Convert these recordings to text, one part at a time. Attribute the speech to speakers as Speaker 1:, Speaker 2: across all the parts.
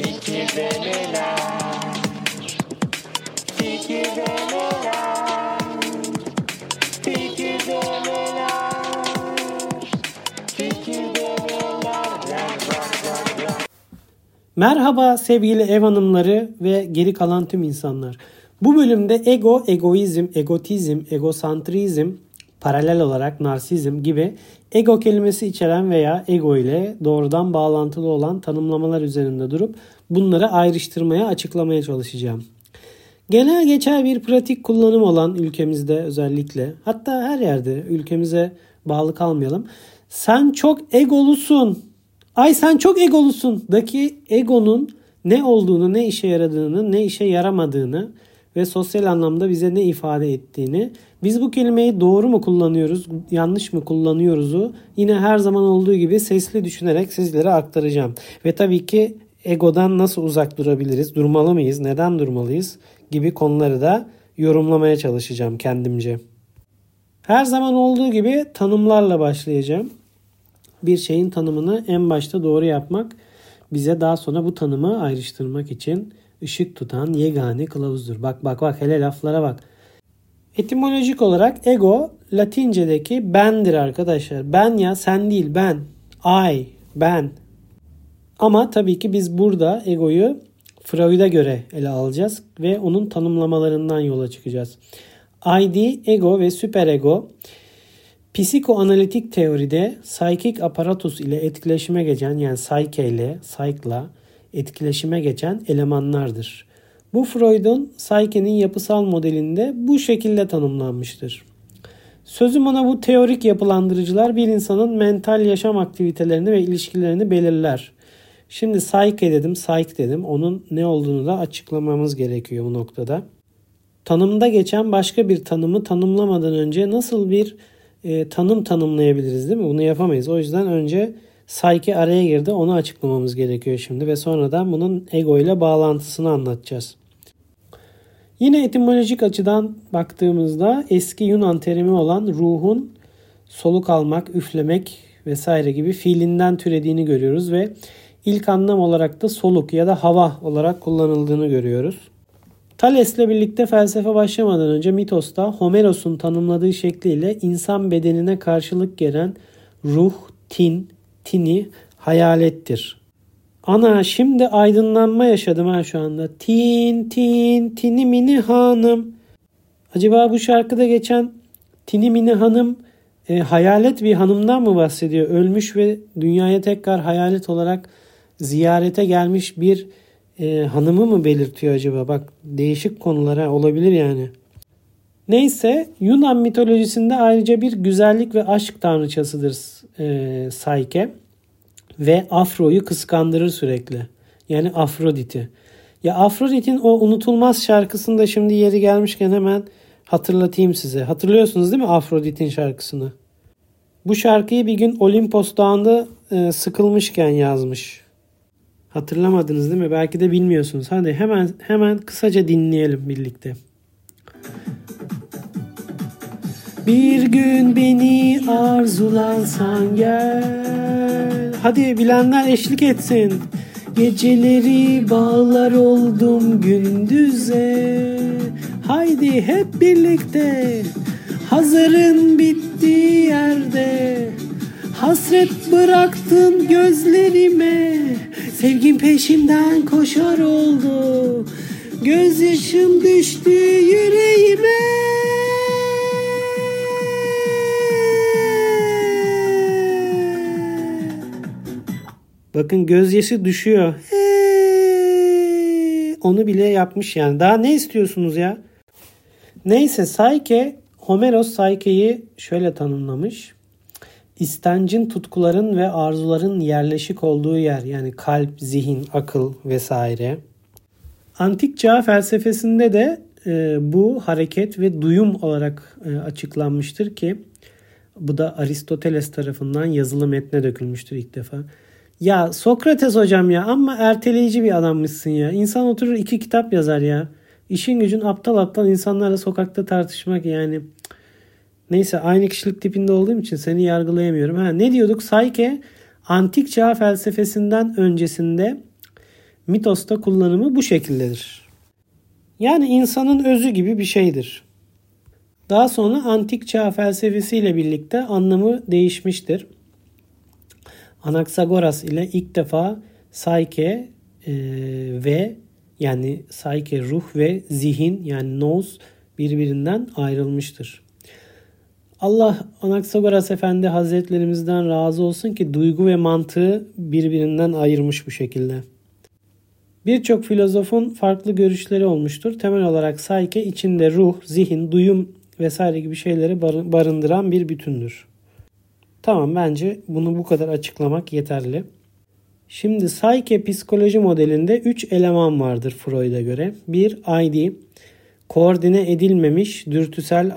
Speaker 1: Merhaba sevgili ev hanımları ve geri kalan tüm insanlar. Bu bölümde ego, egoizm, egotizm, egosantrizm, paralel olarak narsizm gibi ego kelimesi içeren veya ego ile doğrudan bağlantılı olan tanımlamalar üzerinde durup bunları ayrıştırmaya, açıklamaya çalışacağım. Genel geçer bir pratik kullanım olan ülkemizde özellikle, hatta her yerde ülkemize bağlı kalmayalım. Sen çok egolusun. Ay sen çok egolusun daki egonun ne olduğunu, ne işe yaradığını, ne işe yaramadığını ve sosyal anlamda bize ne ifade ettiğini, biz bu kelimeyi doğru mu kullanıyoruz, yanlış mı kullanıyoruzu yine her zaman olduğu gibi sesli düşünerek sizlere aktaracağım. Ve tabii ki egodan nasıl uzak durabiliriz, durmalı mıyız, neden durmalıyız gibi konuları da yorumlamaya çalışacağım kendimce. Her zaman olduğu gibi tanımlarla başlayacağım. Bir şeyin tanımını en başta doğru yapmak bize daha sonra bu tanımı ayrıştırmak için ışık tutan yegane kılavuzdur. Bak hele laflara bak. Etimolojik olarak ego Latince'deki bendir arkadaşlar. Ben ya sen değil ben. I, ben. Ama tabii ki biz burada egoyu Freud'a göre ele alacağız ve onun tanımlamalarından yola çıkacağız. ID, ego ve süperego psikoanalitik teoride psikik aparatus ile etkileşime geçen, yani psyche ile psyche'la etkileşime geçen elemanlardır. Bu Freud'un psyche'nin yapısal modelinde bu şekilde tanımlanmıştır. Sözüm ona bu teorik yapılandırıcılar bir insanın mental yaşam aktivitelerini ve ilişkilerini belirler. Şimdi psyche dedim, psyche dedim. Onun ne olduğunu da açıklamamız gerekiyor bu noktada. Tanımda geçen başka bir tanımı tanımlamadan önce nasıl bir tanım tanımlayabiliriz, değil mi? Bunu yapamayız. O yüzden önce psyche araya girdi. Onu açıklamamız gerekiyor şimdi ve sonradan bunun ego ile bağlantısını anlatacağız. Yine etimolojik açıdan baktığımızda eski Yunan terimi olan ruhun soluk almak, üflemek vesaire gibi fiilinden türediğini görüyoruz ve ilk anlam olarak da soluk ya da hava olarak kullanıldığını görüyoruz. Thales'le birlikte felsefe başlamadan önce Mitos'ta Homeros'un tanımladığı şekliyle insan bedenine karşılık gelen ruh, tini hayalettir. Ana şimdi aydınlanma yaşadım şu anda. Tini mini hanım. Acaba bu şarkıda geçen tini mini hanım hayalet bir hanımdan mı bahsediyor? Ölmüş ve dünyaya tekrar hayalet olarak ziyarete gelmiş bir hanımı mı belirtiyor acaba? Bak değişik konulara olabilir yani. Neyse, Yunan mitolojisinde ayrıca bir güzellik ve aşk tanrıçasıdır Psyche ve Afro'yu kıskandırır sürekli. Yani Afrodit'i. Ya Afrodit'in o unutulmaz şarkısını da şimdi yeri gelmişken hemen hatırlatayım size. Hatırlıyorsunuz değil mi Afrodit'in şarkısını? Bu şarkıyı bir gün Olimpos Dağı'nda sıkılmışken yazmış. Hatırlamadınız değil mi? Belki de bilmiyorsunuz. Hadi hemen kısaca dinleyelim birlikte. Bir gün beni arzulansan gel. Hadi bilenler eşlik etsin. Geceleri bağlar oldum gündüze. Haydi hep birlikte. Hazırın bittiği yerde. Hasret bıraktın gözlerime. Sevgin peşimden koşar oldu. Gözyaşım düştü yüreğime. Bakın gözyaşı düşüyor. Onu bile yapmış yani. Daha ne istiyorsunuz ya? Neyse Psyche, Homeros Psyche'yi şöyle tanımlamış. İstencin, tutkuların ve arzuların yerleşik olduğu yer, yani kalp, zihin, akıl vesaire. Antik çağ felsefesinde de bu hareket ve duyum olarak açıklanmıştır ki bu da Aristoteles tarafından yazılı metne dökülmüştür ilk defa. Ya Sokrates hocam ya, amma erteleyici bir adammışsın ya. İnsan oturur 2 kitap yazar ya. İşin gücün aptal insanlarla sokakta tartışmak yani. Neyse, aynı kişilik tipinde olduğum için seni yargılayamıyorum. Ne diyorduk? Psyche antik çağ felsefesinden öncesinde Mitosta kullanımı bu şekildedir. Yani insanın özü gibi bir şeydir. Daha sonra antik çağ felsefesiyle birlikte anlamı değişmiştir. Anaksagoras ile ilk defa psyche ve yani psyche ruh ve zihin yani nous birbirinden ayrılmıştır. Allah Anaksagoras Efendi Hazretlerimizden razı olsun ki duygu ve mantığı birbirinden ayırmış bu şekilde. Birçok filozofun farklı görüşleri olmuştur. Temel olarak psyche içinde ruh, zihin, duyum vesaire gibi şeyleri barındıran bir bütündür. Tamam, bence bunu bu kadar açıklamak yeterli. Şimdi psyche psikoloji modelinde 3 eleman vardır Freud'a göre. 1. ID, koordine edilmemiş dürtüsel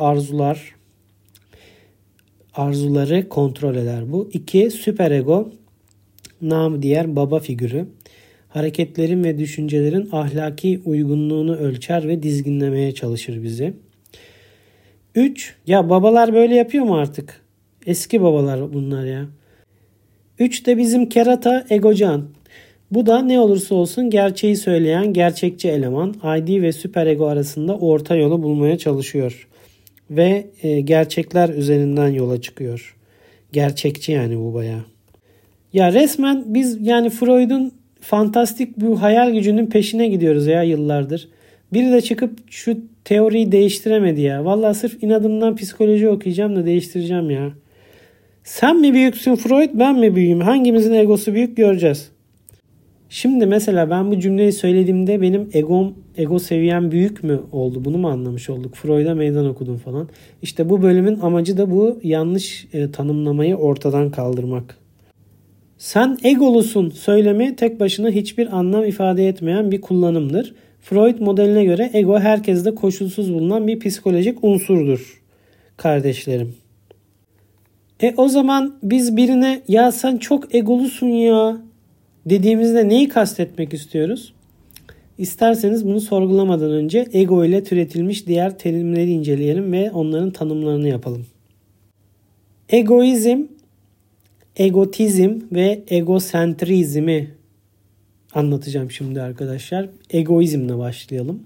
Speaker 1: arzuları kontrol eder bu. 2. Süperego, namı diğer baba figürü. Hareketlerin ve düşüncelerin ahlaki uygunluğunu ölçer ve dizginlemeye çalışır bizi. 3. Ya babalar böyle yapıyor mu artık? Eski babalar bunlar ya. 3 de bizim kerata egocan. Bu da ne olursa olsun gerçeği söyleyen gerçekçi eleman. ID ve süperego arasında orta yolu bulmaya çalışıyor. Ve gerçekler üzerinden yola çıkıyor. Gerçekçi yani bu bayağı. Ya resmen biz yani Freud'un fantastik bu hayal gücünün peşine gidiyoruz ya yıllardır. Biri de çıkıp şu teoriyi değiştiremedi ya. Vallahi sırf inadımdan psikoloji okuyacağım da değiştireceğim ya. Sen mi büyüksün Freud, ben mi büyüğüm? Hangimizin egosu büyük göreceğiz. Şimdi mesela ben bu cümleyi söylediğimde benim ego seviyem büyük mü oldu? Bunu mu anlamış olduk? Freud'a meydan okudum falan. İşte bu bölümün amacı da bu yanlış tanımlamayı ortadan kaldırmak. Sen egolusun söylemi tek başına hiçbir anlam ifade etmeyen bir kullanımdır. Freud modeline göre ego herkeste koşulsuz bulunan bir psikolojik unsurdur kardeşlerim. O zaman biz birine ya sen çok egolusun ya dediğimizde neyi kastetmek istiyoruz? İsterseniz bunu sorgulamadan önce ego ile türetilmiş diğer terimleri inceleyelim ve onların tanımlarını yapalım. Egoizm, egotizm ve egosentrizmi anlatacağım şimdi arkadaşlar. Egoizmle başlayalım.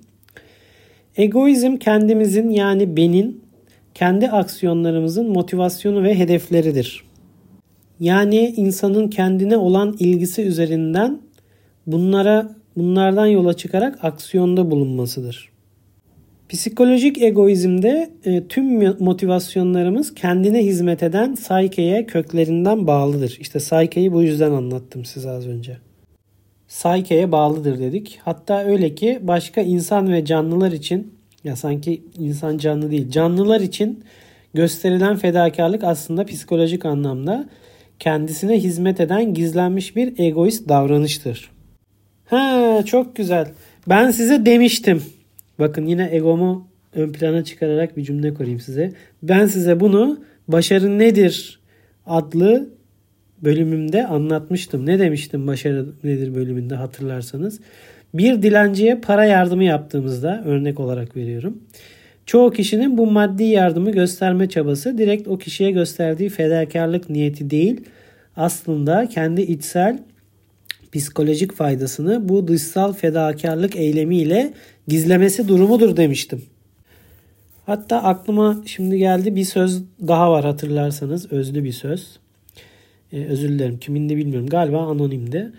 Speaker 1: Egoizm kendimizin yani benin kendi aksiyonlarımızın motivasyonu ve hedefleridir. Yani insanın kendine olan ilgisi üzerinden bunlardan yola çıkarak aksiyonda bulunmasıdır. Psikolojik egoizmde tüm motivasyonlarımız kendine hizmet eden psyche'ye köklerinden bağlıdır. İşte psyche'yi bu yüzden anlattım size az önce. Psyche'ye bağlıdır dedik. Hatta öyle ki başka insan ve canlılar için, ya sanki insan canlı değil, canlılar için gösterilen fedakarlık aslında psikolojik anlamda kendisine hizmet eden gizlenmiş bir egoist davranıştır. Çok güzel. Ben size demiştim. Bakın yine egomu ön plana çıkararak bir cümle kurayım size. Ben size bunu Başarı Nedir adlı bölümümde anlatmıştım. Ne demiştim Başarı Nedir bölümünde hatırlarsanız. Bir dilenciye para yardımı yaptığımızda örnek olarak veriyorum. Çoğu kişinin bu maddi yardımı gösterme çabası direkt o kişiye gösterdiği fedakarlık niyeti değil, aslında kendi içsel psikolojik faydasını bu dışsal fedakarlık eylemiyle gizlemesi durumudur demiştim. Hatta aklıma şimdi geldi bir söz daha var hatırlarsanız, özlü bir söz. Özür dilerim, kimindi bilmiyorum, galiba anonimdi.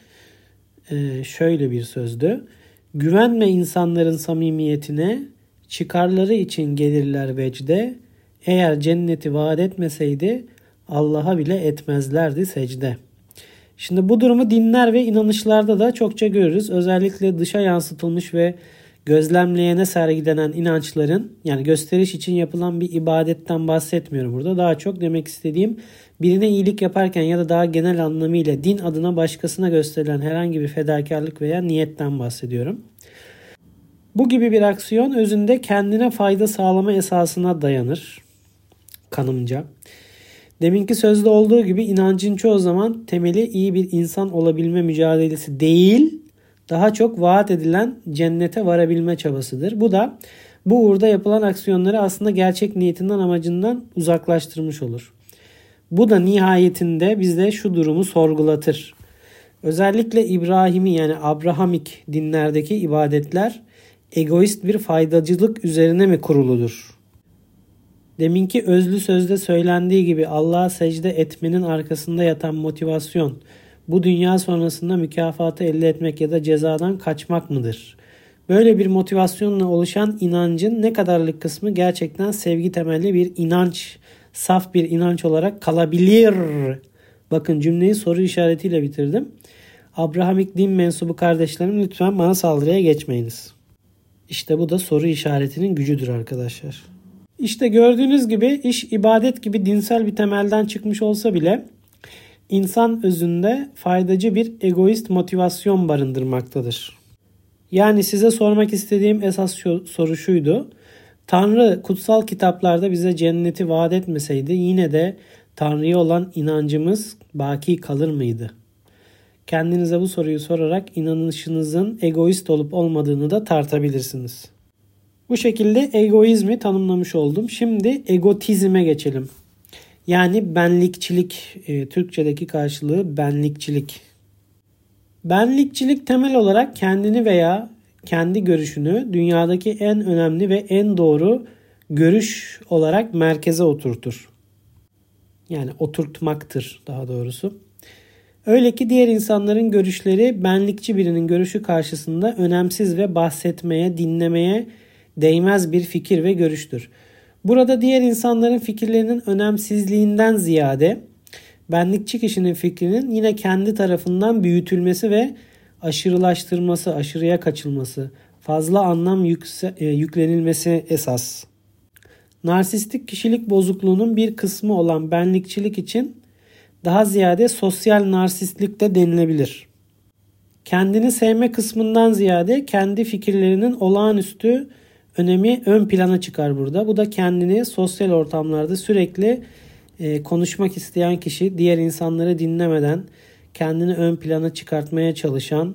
Speaker 1: Şöyle bir sözdü. Güvenme insanların samimiyetine, çıkarları için gelirler vecde. Eğer cenneti vaat etmeseydi Allah'a bile etmezlerdi secde. Şimdi bu durumu dinler ve inanışlarda da çokça görürüz. Özellikle dışa yansıtılmış ve gözlemleyene sergilenen inançların, yani gösteriş için yapılan bir ibadetten bahsetmiyorum burada. Daha çok demek istediğim birine iyilik yaparken ya da daha genel anlamıyla din adına başkasına gösterilen herhangi bir fedakarlık veya niyetten bahsediyorum. Bu gibi bir aksiyon özünde kendine fayda sağlama esasına dayanır kanımca. Deminki sözde olduğu gibi inancın çoğu zaman temeli iyi bir insan olabilme mücadelesi değil, daha çok vaat edilen cennete varabilme çabasıdır. Bu da bu uğurda yapılan aksiyonları aslında gerçek niyetinden, amacından uzaklaştırmış olur. Bu da nihayetinde bizde şu durumu sorgulatır. Özellikle İbrahimi yani Abrahamik dinlerdeki ibadetler egoist bir faydacılık üzerine mi kuruludur? Deminki özlü sözde söylendiği gibi Allah'a secde etmenin arkasında yatan motivasyon bu dünya sonrasında mükafatı elde etmek ya da cezadan kaçmak mıdır? Böyle bir motivasyonla oluşan inancın ne kadarlık kısmı gerçekten sevgi temelli bir inanç, saf bir inanç olarak kalabilir? Bakın cümleyi soru işaretiyle bitirdim. Abrahamik din mensubu kardeşlerim lütfen bana saldırıya geçmeyiniz. İşte bu da soru işaretinin gücüdür arkadaşlar. İşte gördüğünüz gibi iş ibadet gibi dinsel bir temelden çıkmış olsa bile insan özünde faydacı bir egoist motivasyon barındırmaktadır. Yani size sormak istediğim esas soru şuydu. Tanrı kutsal kitaplarda bize cenneti vaat etmeseydi yine de Tanrı'ya olan inancımız baki kalır mıydı? Kendinize bu soruyu sorarak inanışınızın egoist olup olmadığını da tartabilirsiniz. Bu şekilde egoizmi tanımlamış oldum. Şimdi egotizme geçelim. Yani benlikçilik, Türkçedeki karşılığı benlikçilik. Benlikçilik temel olarak kendini veya kendi görüşünü dünyadaki en önemli ve en doğru görüş olarak merkeze oturtur. Yani oturtmaktır daha doğrusu. Öyle ki diğer insanların görüşleri benlikçi birinin görüşü karşısında önemsiz ve bahsetmeye, dinlemeye değmez bir fikir ve görüştür. Burada diğer insanların fikirlerinin önemsizliğinden ziyade benlikçi kişinin fikrinin yine kendi tarafından büyütülmesi ve aşırılaştırması, aşırıya kaçılması, fazla anlam yüklenilmesi esas. Narsistik kişilik bozukluğunun bir kısmı olan benlikçilik için daha ziyade sosyal narsistlik de denilebilir. Kendini sevme kısmından ziyade kendi fikirlerinin olağanüstü önemi ön plana çıkar burada. Bu da kendini sosyal ortamlarda sürekli konuşmak isteyen kişi, diğer insanları dinlemeden kendini ön plana çıkartmaya çalışan,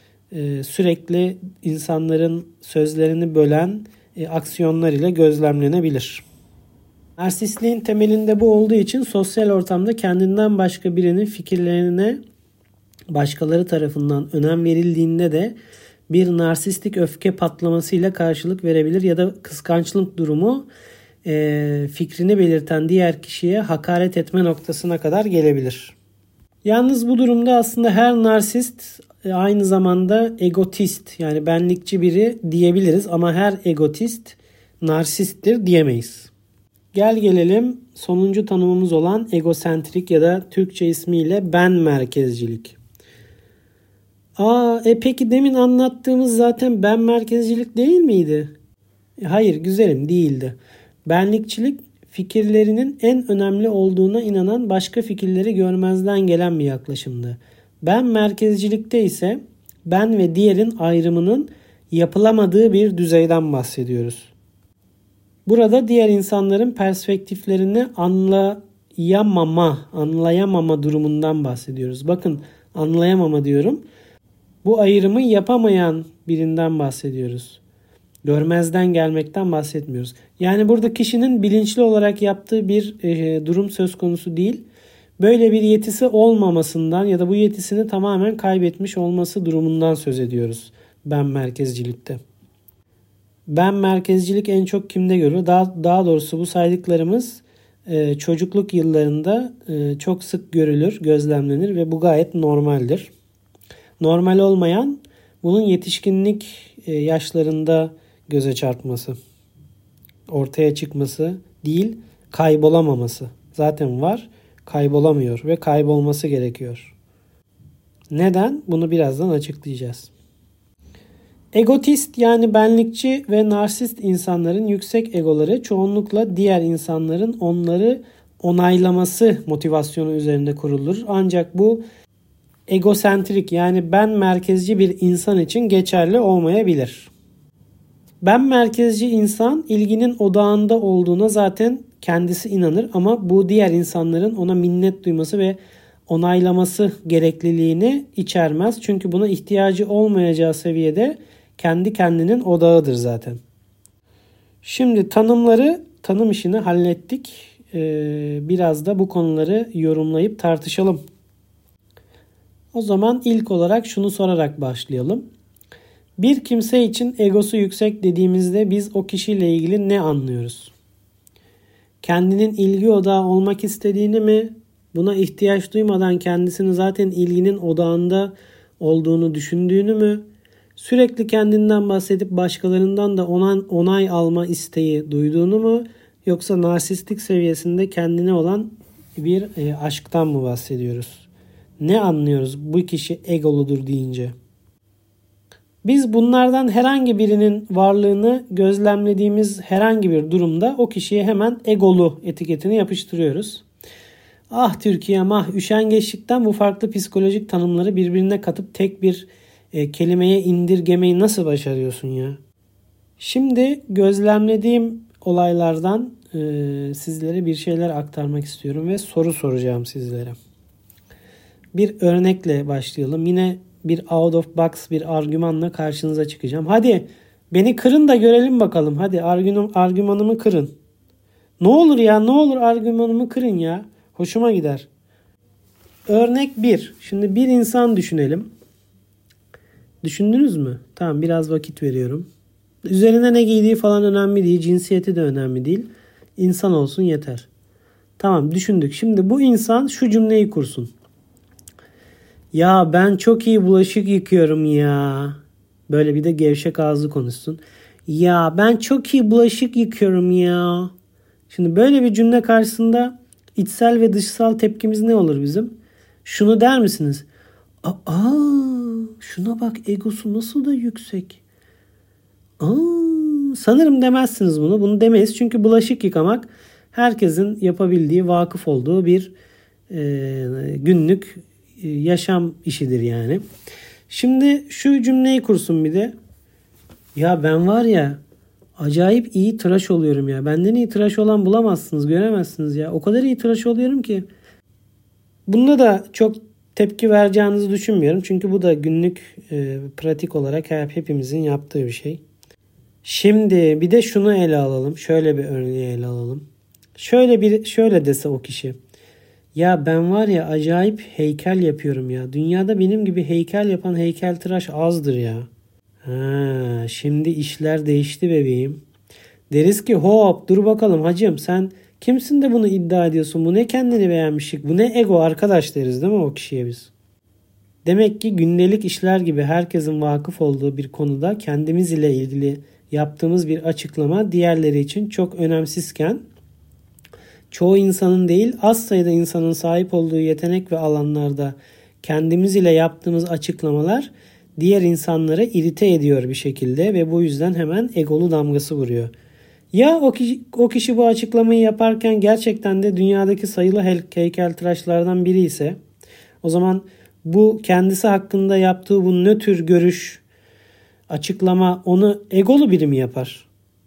Speaker 1: sürekli insanların sözlerini bölen aksiyonlar ile gözlemlenebilir. Narsistliğin temelinde bu olduğu için sosyal ortamda kendinden başka birinin fikirlerine başkaları tarafından önem verildiğinde de bir narsistik öfke patlamasıyla karşılık verebilir ya da kıskançlık durumu fikrini belirten diğer kişiye hakaret etme noktasına kadar gelebilir. Yalnız bu durumda aslında her narsist aynı zamanda egotist yani benlikçi biri diyebiliriz ama her egotist narsisttir diyemeyiz. Gel gelelim sonuncu tanımımız olan egosentrik ya da Türkçe ismiyle ben merkezcilik. Peki demin anlattığımız zaten ben merkezcilik değil miydi? Hayır güzelim değildi. Benlikçilik fikirlerinin en önemli olduğuna inanan başka fikirleri görmezden gelen bir yaklaşımdı. Ben merkezcilikte ise ben ve diğerin ayrımının yapılamadığı bir düzeyden bahsediyoruz. Burada diğer insanların perspektiflerini anlayamama durumundan bahsediyoruz. Bakın anlayamama diyorum. Bu ayrımı yapamayan birinden bahsediyoruz. Görmezden gelmekten bahsetmiyoruz. Yani burada kişinin bilinçli olarak yaptığı bir durum söz konusu değil. Böyle bir yetisi olmamasından ya da bu yetisini tamamen kaybetmiş olması durumundan söz ediyoruz ben merkezcilikte. Ben merkezcilik en çok kimde görülür? Daha doğrusu bu saydıklarımız çocukluk yıllarında çok sık görülür, gözlemlenir ve bu gayet normaldir. Normal olmayan bunun yetişkinlik yaşlarında göze çarpması, ortaya çıkması değil, kaybolamaması. Zaten var, kaybolamıyor ve kaybolması gerekiyor. Neden? Bunu birazdan açıklayacağız. Egotist yani benlikçi ve narsist insanların yüksek egoları çoğunlukla diğer insanların onları onaylaması motivasyonu üzerinde kurulur. Ancak bu egosentrik yani ben merkezci bir insan için geçerli olmayabilir. Ben merkezci insan ilginin odağında olduğuna zaten kendisi inanır ama bu diğer insanların ona minnet duyması ve onaylaması gerekliliğini içermez. Çünkü buna ihtiyacı olmayacağı seviyede kendi kendinin odağıdır zaten. Şimdi tanım işini hallettik. Biraz da bu konuları yorumlayıp tartışalım. O zaman ilk olarak şunu sorarak başlayalım. Bir kimse için egosu yüksek dediğimizde biz o kişiyle ilgili ne anlıyoruz? Kendinin ilgi odağı olmak istediğini mi? Buna ihtiyaç duymadan kendisini zaten ilginin odağında olduğunu düşündüğünü mü? Sürekli kendinden bahsedip başkalarından da onay alma isteği duyduğunu mu? Yoksa narsistik seviyesinde kendine olan bir aşktan mı bahsediyoruz? Ne anlıyoruz bu kişi egoludur deyince? Biz bunlardan herhangi birinin varlığını gözlemlediğimiz herhangi bir durumda o kişiye hemen egolu etiketini yapıştırıyoruz. Ah Türkiye'm ah, üşengeçlikten bu farklı psikolojik tanımları birbirine katıp tek bir kelimeye indirgemeyi nasıl başarıyorsun ya? Şimdi gözlemlediğim olaylardan sizlere bir şeyler aktarmak istiyorum ve soru soracağım sizlere. Bir örnekle başlayalım. Yine bir out of box bir argümanla karşınıza çıkacağım. Hadi beni kırın da görelim bakalım. Hadi argümanımı kırın. Ne olur ya, ne olur argümanımı kırın ya. Hoşuma gider. Örnek 1. Şimdi bir insan düşünelim. Düşündünüz mü? Tamam, biraz vakit veriyorum. Üzerine ne giydiği falan önemli değil. Cinsiyeti de önemli değil. İnsan olsun yeter. Tamam, düşündük. Şimdi bu insan şu cümleyi kursun. Ya ben çok iyi bulaşık yıkıyorum ya. Böyle bir de gevşek ağızlı konuşsun. Ya ben çok iyi bulaşık yıkıyorum ya. Şimdi böyle bir cümle karşısında içsel ve dışsal tepkimiz ne olur bizim? Şunu der misiniz? Aa, şuna bak, egosu nasıl da yüksek. Sanırım demezsiniz bunu. Bunu demeyiz çünkü bulaşık yıkamak herkesin yapabildiği, vakıf olduğu bir günlük yaşam işidir yani. Şimdi şu cümleyi kursun bir de. Ya ben var ya, acayip iyi tıraş oluyorum ya. Benden iyi tıraş olan bulamazsınız, göremezsiniz ya. O kadar iyi tıraş oluyorum ki. Bunda da çok tepki vereceğinizi düşünmüyorum. Çünkü bu da günlük pratik olarak hepimizin yaptığı bir şey. Şimdi bir de şunu ele alalım. Şöyle bir örneği ele alalım. Şöyle dese o kişi. Ya ben var ya, acayip heykel yapıyorum ya. Dünyada benim gibi heykel yapan heykeltıraş azdır ya. Şimdi işler değişti bebeğim. Deriz ki hop dur bakalım hacım, sen kimsin de bunu iddia ediyorsun? Bu ne kendini beğenmişlik? Bu ne ego arkadaş deriz değil mi o kişiye biz? Demek ki gündelik işler gibi herkesin vakıf olduğu bir konuda kendimiz ile ilgili yaptığımız bir açıklama diğerleri için çok önemsizken, çoğu insanın değil az sayıda insanın sahip olduğu yetenek ve alanlarda kendimiz ile yaptığımız açıklamalar diğer insanları irite ediyor bir şekilde ve bu yüzden hemen egolu damgası vuruyor. Ya o kişi bu açıklamayı yaparken gerçekten de dünyadaki sayılı heykeltıraşlardan biri ise, o zaman bu kendisi hakkında yaptığı bu nötr görüş, açıklama onu egolu biri mi yapar?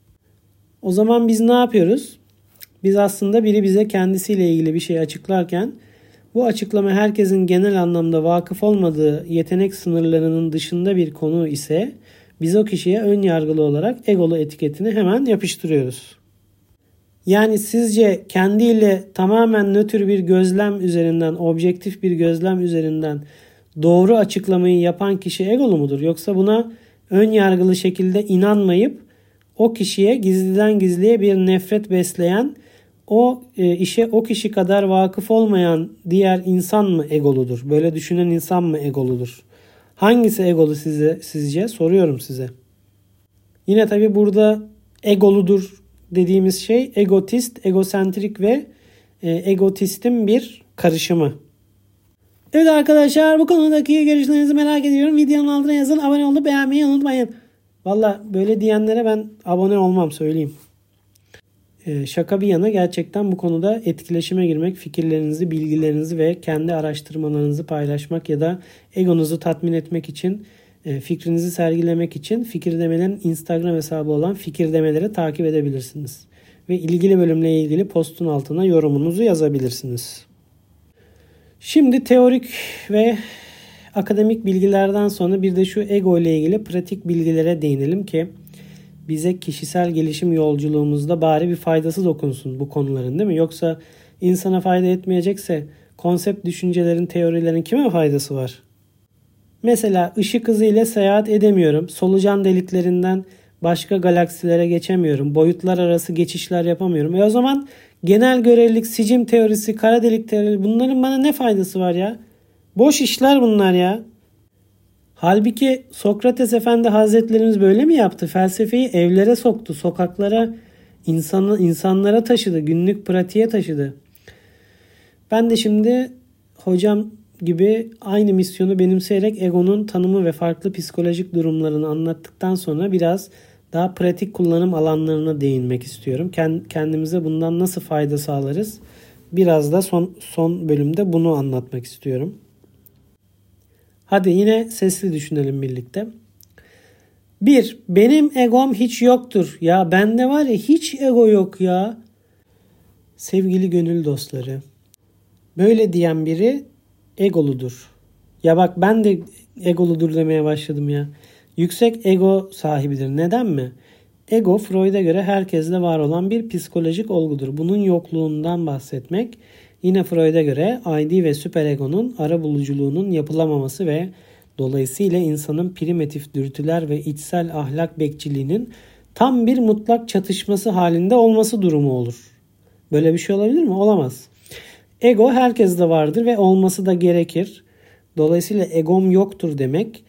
Speaker 1: O zaman biz ne yapıyoruz? Biz aslında biri bize kendisiyle ilgili bir şey açıklarken bu açıklama herkesin genel anlamda vakıf olmadığı yetenek sınırlarının dışında bir konu ise biz o kişiye ön yargılı olarak egolu etiketini hemen yapıştırıyoruz. Yani sizce kendiyle tamamen nötr bir gözlem üzerinden, objektif bir gözlem üzerinden doğru açıklamayı yapan kişi egolu mudur? Yoksa buna ön yargılı şekilde inanmayıp o kişiye gizliden gizliye bir nefret besleyen, o işe o kişi kadar vakıf olmayan diğer insan mı egoludur? Böyle düşünen insan mı egoludur? Hangisi egolu sizce? Soruyorum size. Yine tabii burada egoludur dediğimiz şey egotist, egosentrik ve egotistin bir karışımı. Evet arkadaşlar, bu konudaki görüşlerinizi merak ediyorum. Videonun altına yazın. Abone olup beğenmeyi unutmayın. Valla böyle diyenlere ben abone olmam, söyleyeyim. Şaka bir yana, gerçekten bu konuda etkileşime girmek, fikirlerinizi, bilgilerinizi ve kendi araştırmalarınızı paylaşmak ya da egonuzu tatmin etmek için, fikrinizi sergilemek için Fikirdemelerin Instagram hesabı olan Fikirdemeleri takip edebilirsiniz. Ve ilgili bölümle ilgili postun altına yorumunuzu yazabilirsiniz. Şimdi teorik ve akademik bilgilerden sonra bir de şu ego ile ilgili pratik bilgilere değinelim ki bize kişisel gelişim yolculuğumuzda bari bir faydası dokunsun bu konuların, değil mi? Yoksa insana fayda etmeyecekse konsept düşüncelerin, teorilerin kime faydası var? Mesela ışık hızıyla seyahat edemiyorum. Solucan deliklerinden başka galaksilere geçemiyorum. Boyutlar arası geçişler yapamıyorum. O zaman genel görelilik, sicim teorisi, kara delik teorisi, bunların bana ne faydası var ya? Boş işler bunlar ya. Halbuki Sokrates Efendi Hazretlerimiz böyle mi yaptı? Felsefeyi evlere soktu, sokaklara, insanlara taşıdı, günlük pratiğe taşıdı. Ben de şimdi hocam gibi aynı misyonu benimseyerek egonun tanımı ve farklı psikolojik durumlarını anlattıktan sonra biraz daha pratik kullanım alanlarına değinmek istiyorum. Kendimize bundan nasıl fayda sağlarız? Biraz da son bölümde bunu anlatmak istiyorum. Hadi yine sesli düşünelim birlikte. 1. Benim egom hiç yoktur. Ya bende var ya hiç ego yok ya. Sevgili gönül dostları. Böyle diyen biri egoludur. Ya bak ben de egoludur demeye başladım ya. Yüksek ego sahibidir. Neden mi? Ego Freud'a göre herkeste var olan bir psikolojik olgudur. Bunun yokluğundan bahsetmek yine Freud'a göre ID ve süperegonun arabuluculuğunun yapılamaması ve dolayısıyla insanın primitif dürtüler ve içsel ahlak bekçiliğinin tam bir mutlak çatışması halinde olması durumu olur. Böyle bir şey olabilir mi? Olamaz. Ego herkeste vardır ve olması da gerekir. Dolayısıyla egom yoktur demek.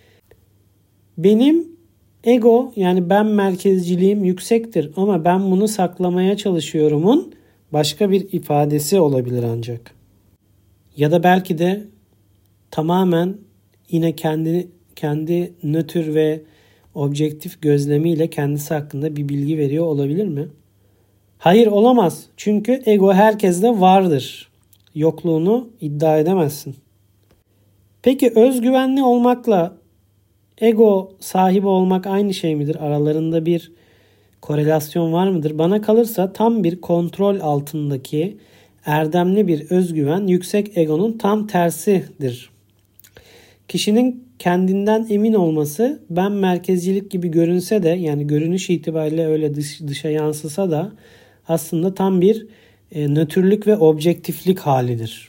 Speaker 1: Benim ego yani ben merkezciliğim yüksektir ama ben bunu saklamaya çalışıyorumun başka bir ifadesi olabilir ancak. Ya da belki de tamamen yine kendi nötr ve objektif gözlemiyle kendisi hakkında bir bilgi veriyor olabilir mi? Hayır olamaz. Çünkü ego herkeste vardır. Yokluğunu iddia edemezsin. Peki özgüvenli olmakla ego sahibi olmak aynı şey midir? Aralarında bir korelasyon var mıdır? Bana kalırsa tam bir kontrol altındaki erdemli bir özgüven yüksek egonun tam tersidir. Kişinin kendinden emin olması ben merkezcilik gibi görünse de yani görünüş itibariyle öyle dışa yansısa da aslında tam bir nötrlük ve objektiflik halidir.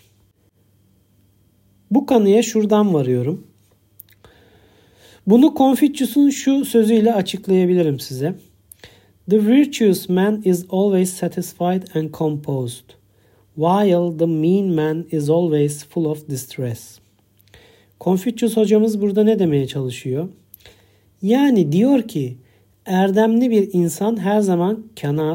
Speaker 1: Bu kanıya şuradan varıyorum. Bunu Confucius'un şu sözüyle açıklayabilirim size. The virtuous man is always satisfied and composed, while the mean man is always full of distress. Confucius hocamız burada ne demeye çalışıyor? Yani diyor ki erdemli bir insan her zaman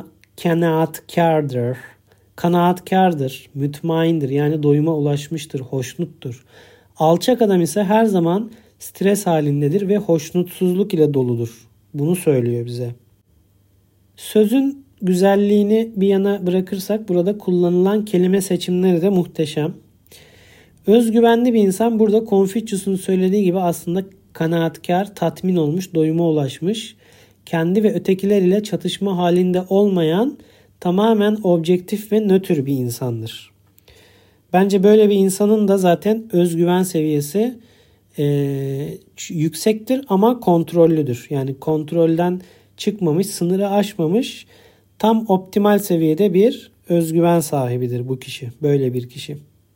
Speaker 1: kanaatkardır, mütmaindir yani doyuma ulaşmıştır, hoşnuttur. Alçak adam ise her zaman stres halindedir ve hoşnutsuzluk ile doludur. Bunu söylüyor bize. Sözün güzelliğini bir yana bırakırsak burada kullanılan kelime seçimleri de muhteşem. Özgüvenli bir insan burada Confucius'un söylediği gibi aslında kanaatkar, tatmin olmuş, doyuma ulaşmış, kendi ve ötekiler ile çatışma halinde olmayan tamamen objektif ve nötr bir insandır. Bence böyle bir insanın da zaten özgüven seviyesi yüksektir ama kontrollüdür. Yani kontrolden çıkmamış, sınırı aşmamış, tam optimal seviyede bir özgüven sahibidir bu kişi. Böyle bir kişi.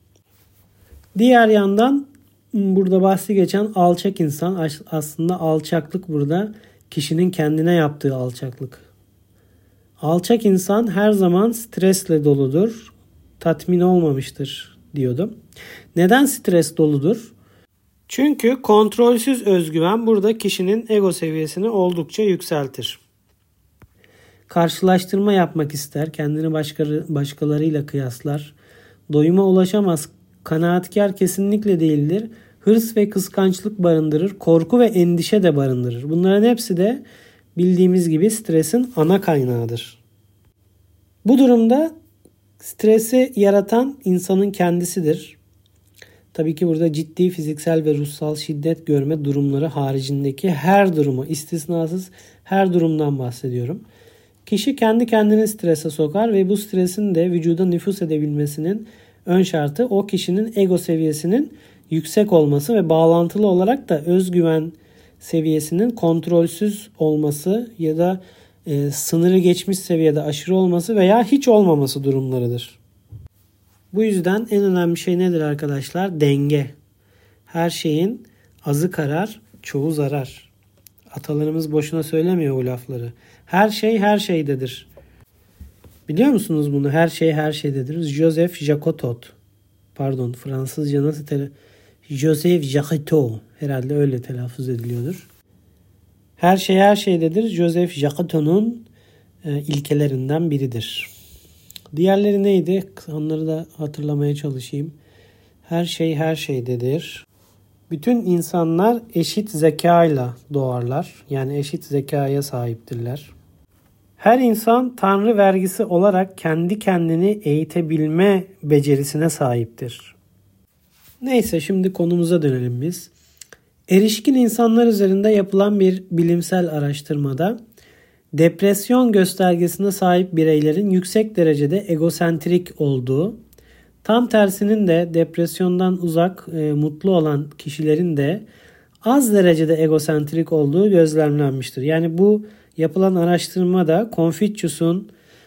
Speaker 1: Diğer yandan burada bahsi geçen alçak insan aslında alçaklık burada kişinin kendine yaptığı alçaklık. Alçak insan her zaman stresle doludur, tatmin olmamıştır diyordum. Neden stres doludur? Çünkü kontrolsüz özgüven burada kişinin ego seviyesini oldukça yükseltir. Karşılaştırma yapmak ister, kendini başkalarıyla kıyaslar. Doyuma ulaşamaz, kanaatkar kesinlikle değildir. Hırs ve kıskançlık barındırır, korku ve endişe de barındırır. Bunların hepsi de bildiğimiz gibi stresin ana kaynağıdır. Bu durumda stresi yaratan insanın kendisidir. Tabii ki burada ciddi fiziksel ve ruhsal şiddet görme durumları haricindeki her durumu, istisnasız her durumdan bahsediyorum. Kişi kendi kendini strese sokar ve bu stresin de vücuda nüfuz edebilmesinin ön şartı o kişinin ego seviyesinin yüksek olması ve bağlantılı olarak da özgüven seviyesinin kontrolsüz olması ya da sınırı geçmiş seviyede aşırı olması veya hiç olmaması durumlarıdır. Bu yüzden en önemli şey nedir arkadaşlar? Denge. Her şeyin Azı karar, çoğu zarar. Atalarımız boşuna söylemiyor bu lafları. Her şey her şeydedir. Biliyor musunuz bunu? Her şey her şeydedir. Joseph Jacotot. Pardon, Fransızca nasıl Joseph Jacotot. Herhalde öyle telaffuz ediliyordur. Her şey her şeydedir. Joseph Jacotot'un ilkelerinden biridir. Diğerleri neydi? Onları da hatırlamaya çalışayım. Her şey her şeydedir. Bütün insanlar eşit zekayla doğarlar. Yani eşit zekaya sahiptirler. Her insan Tanrı vergisi olarak kendi kendini eğitebilme becerisine sahiptir. Neyse, şimdi konumuza dönelim biz. Erişkin insanlar üzerinde yapılan bir bilimsel araştırmada depresyon göstergesine sahip bireylerin yüksek derecede egosentrik olduğu, tam tersinin de depresyondan uzak, mutlu olan kişilerin de az derecede egosentrik olduğu gözlemlenmiştir. Yani bu yapılan araştırmada Confucius'un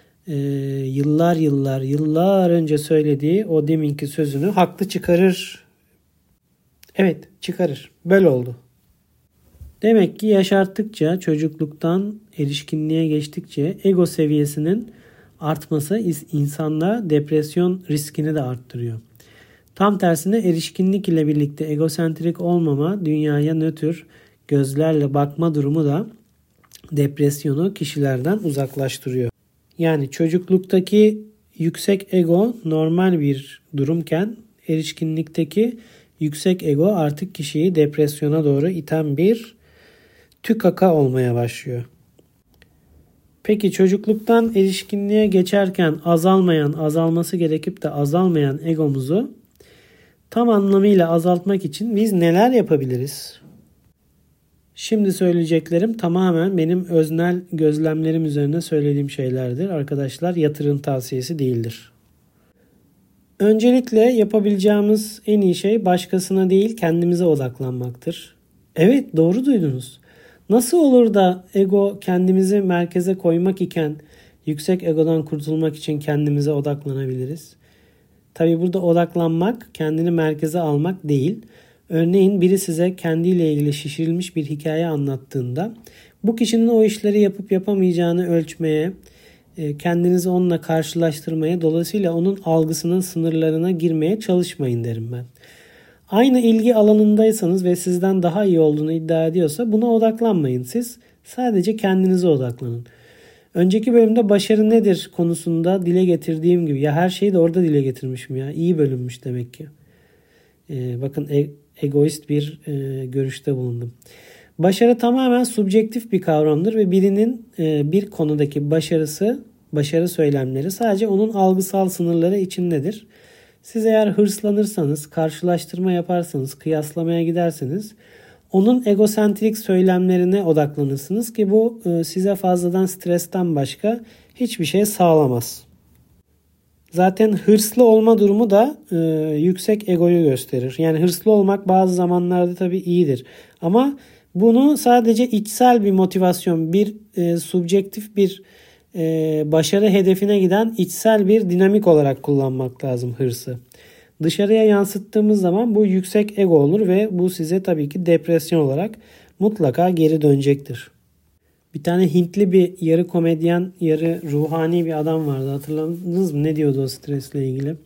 Speaker 1: yıllar önce söylediği o deminki sözünü haklı çıkarır. Evet, çıkarır. Böyle oldu. Demek ki yaş arttıkça, çocukluktan erişkinliğe geçtikçe ego seviyesinin artması insanda depresyon riskini de arttırıyor. Tam tersine erişkinlik ile birlikte egosentrik olmama, dünyaya nötr gözlerle bakma durumu da depresyonu kişilerden uzaklaştırıyor. Yani çocukluktaki yüksek ego normal bir durumken erişkinlikteki yüksek ego artık kişiyi depresyona doğru iten bir tükaka olmaya başlıyor. Peki çocukluktan erişkinliğe geçerken azalması gerekip de azalmayan egomuzu tam anlamıyla azaltmak için biz neler yapabiliriz? Şimdi söyleyeceklerim tamamen benim öznel gözlemlerim üzerine söylediğim şeylerdir. Arkadaşlar, yatırım tavsiyesi değildir. Öncelikle yapabileceğimiz en iyi şey başkasına değil kendimize odaklanmaktır. Evet, doğru duydunuz. Nasıl olur da ego kendimizi merkeze koymak iken yüksek egodan kurtulmak için kendimize odaklanabiliriz? Tabii burada odaklanmak kendini merkeze almak değil. Örneğin biri size kendiyle ilgili şişirilmiş bir hikaye anlattığında bu kişinin o işleri yapıp yapamayacağını ölçmeye, kendinizi onunla karşılaştırmaya, dolayısıyla onun algısının sınırlarına girmeye çalışmayın derim ben. Aynı ilgi alanındaysanız ve sizden daha iyi olduğunu iddia ediyorsa buna odaklanmayın. Siz sadece kendinize odaklanın. Önceki bölümde başarı nedir konusunda dile getirdiğim gibi, ya her şeyi de orada dile getirmişim ya. İyi bölünmüş demek ki. Bakın egoist bir görüşte bulundum. Başarı tamamen subjektif bir kavramdır ve birinin bir konudaki başarı söylemleri sadece onun algısal sınırları içindedir. Siz eğer hırslanırsanız, karşılaştırma yaparsanız, kıyaslamaya giderseniz onun egosentrik söylemlerine odaklanırsınız ki bu size fazladan stresten başka hiçbir şey sağlamaz. Zaten hırslı olma durumu da yüksek egoyu gösterir. Yani hırslı olmak bazı zamanlarda tabii iyidir. Ama bunu sadece içsel bir motivasyon, bir subjektif bir başarı hedefine giden içsel bir dinamik olarak kullanmak lazım hırsı. Dışarıya yansıttığımız zaman bu yüksek ego olur ve bu size tabii ki depresyon olarak mutlaka geri dönecektir. Bir tane Hintli bir yarı komedyen, yarı ruhani bir adam vardı. Hatırladınız mı? Ne diyordu o stresle ilgili?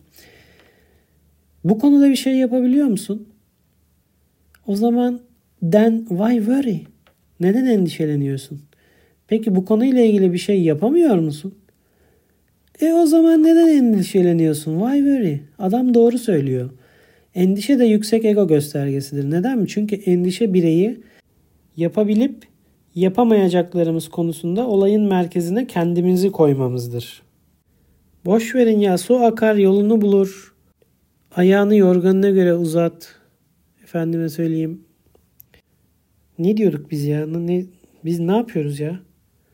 Speaker 1: Bu konuda bir şey yapabiliyor musun? O zaman then why worry? Neden endişeleniyorsun? Peki bu konuyla ilgili bir şey yapamıyor musun? O zaman neden endişeleniyorsun? Why worry? Adam doğru söylüyor. Endişe de yüksek ego göstergesidir. Neden mi? Çünkü endişe bireyi yapabilip yapamayacaklarımız konusunda olayın merkezine kendimizi koymamızdır. Boş verin ya, su akar yolunu bulur. Ayağını yorganına göre uzat. Efendime söyleyeyim. Ne diyorduk biz ya? Biz ne yapıyoruz ya?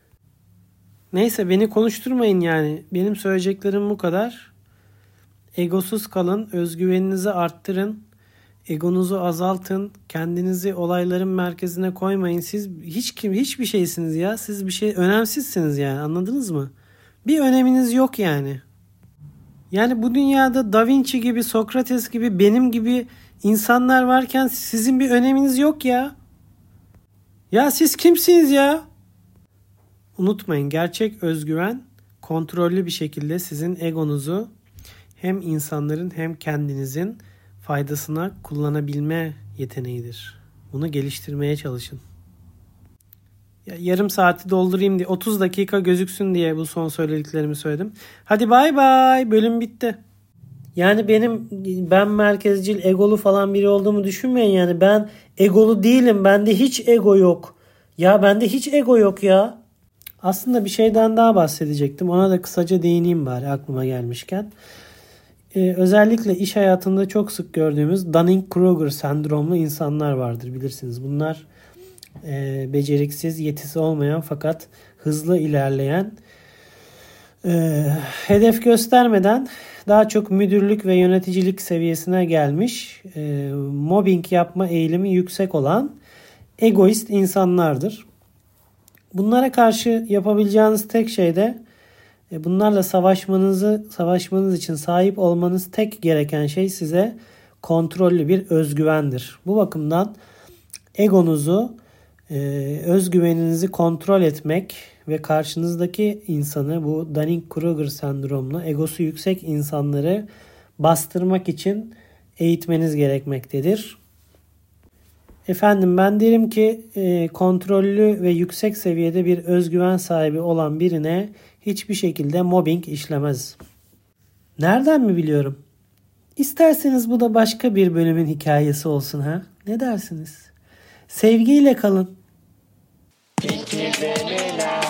Speaker 1: Neyse, beni konuşturmayın yani. Benim söyleyeceklerim bu kadar. Egosuz kalın, özgüveninizi arttırın, egonuzu azaltın, kendinizi olayların merkezine koymayın. Siz hiçbir şeysiniz ya. Siz bir şey önemsizsiniz yani, anladınız mı? Bir öneminiz yok yani. Yani bu dünyada Da Vinci gibi, Sokrates gibi, benim gibi İnsanlar varken sizin bir öneminiz yok ya. Ya siz kimsiniz ya? Unutmayın, gerçek özgüven kontrollü bir şekilde sizin egonuzu hem insanların hem kendinizin faydasına kullanabilme yeteneğidir. Bunu geliştirmeye çalışın. Ya, yarım saati doldurayım diye 30 dakika gözüksün diye bu son söylediklerimi söyledim. Hadi bay bay, bölüm bitti. Yani ben merkezcil, egolu falan biri olduğumu düşünmeyin yani. Ben egolu değilim. Bende hiç ego yok. Ya bende hiç ego yok ya. Aslında bir şeyden daha bahsedecektim. Ona da kısaca değineyim bari aklıma gelmişken. Özellikle iş hayatında çok sık gördüğümüz Dunning-Kruger sendromlu insanlar vardır, bilirsiniz. Bunlar beceriksiz, yetisi olmayan fakat hızlı ilerleyen, hedef göstermeden daha çok müdürlük ve yöneticilik seviyesine gelmiş, mobbing yapma eğilimi yüksek olan egoist insanlardır. Bunlara karşı yapabileceğiniz tek şey de bunlarla savaşmanız için sahip olmanız tek gereken şey size kontrollü bir özgüvendir. Bu bakımdan egonuzu, özgüveninizi kontrol etmek ve karşınızdaki insanı, bu Dunning-Kruger sendromlu egosu yüksek insanları bastırmak için eğitmeniz gerekmektedir. Efendim, ben derim ki kontrollü ve yüksek seviyede bir özgüven sahibi olan birine hiçbir şekilde mobbing işlemez. Nereden mi biliyorum? İsterseniz bu da başka bir bölümün hikayesi olsun ha? Ne dersiniz? Sevgiyle kalın. İki deliler.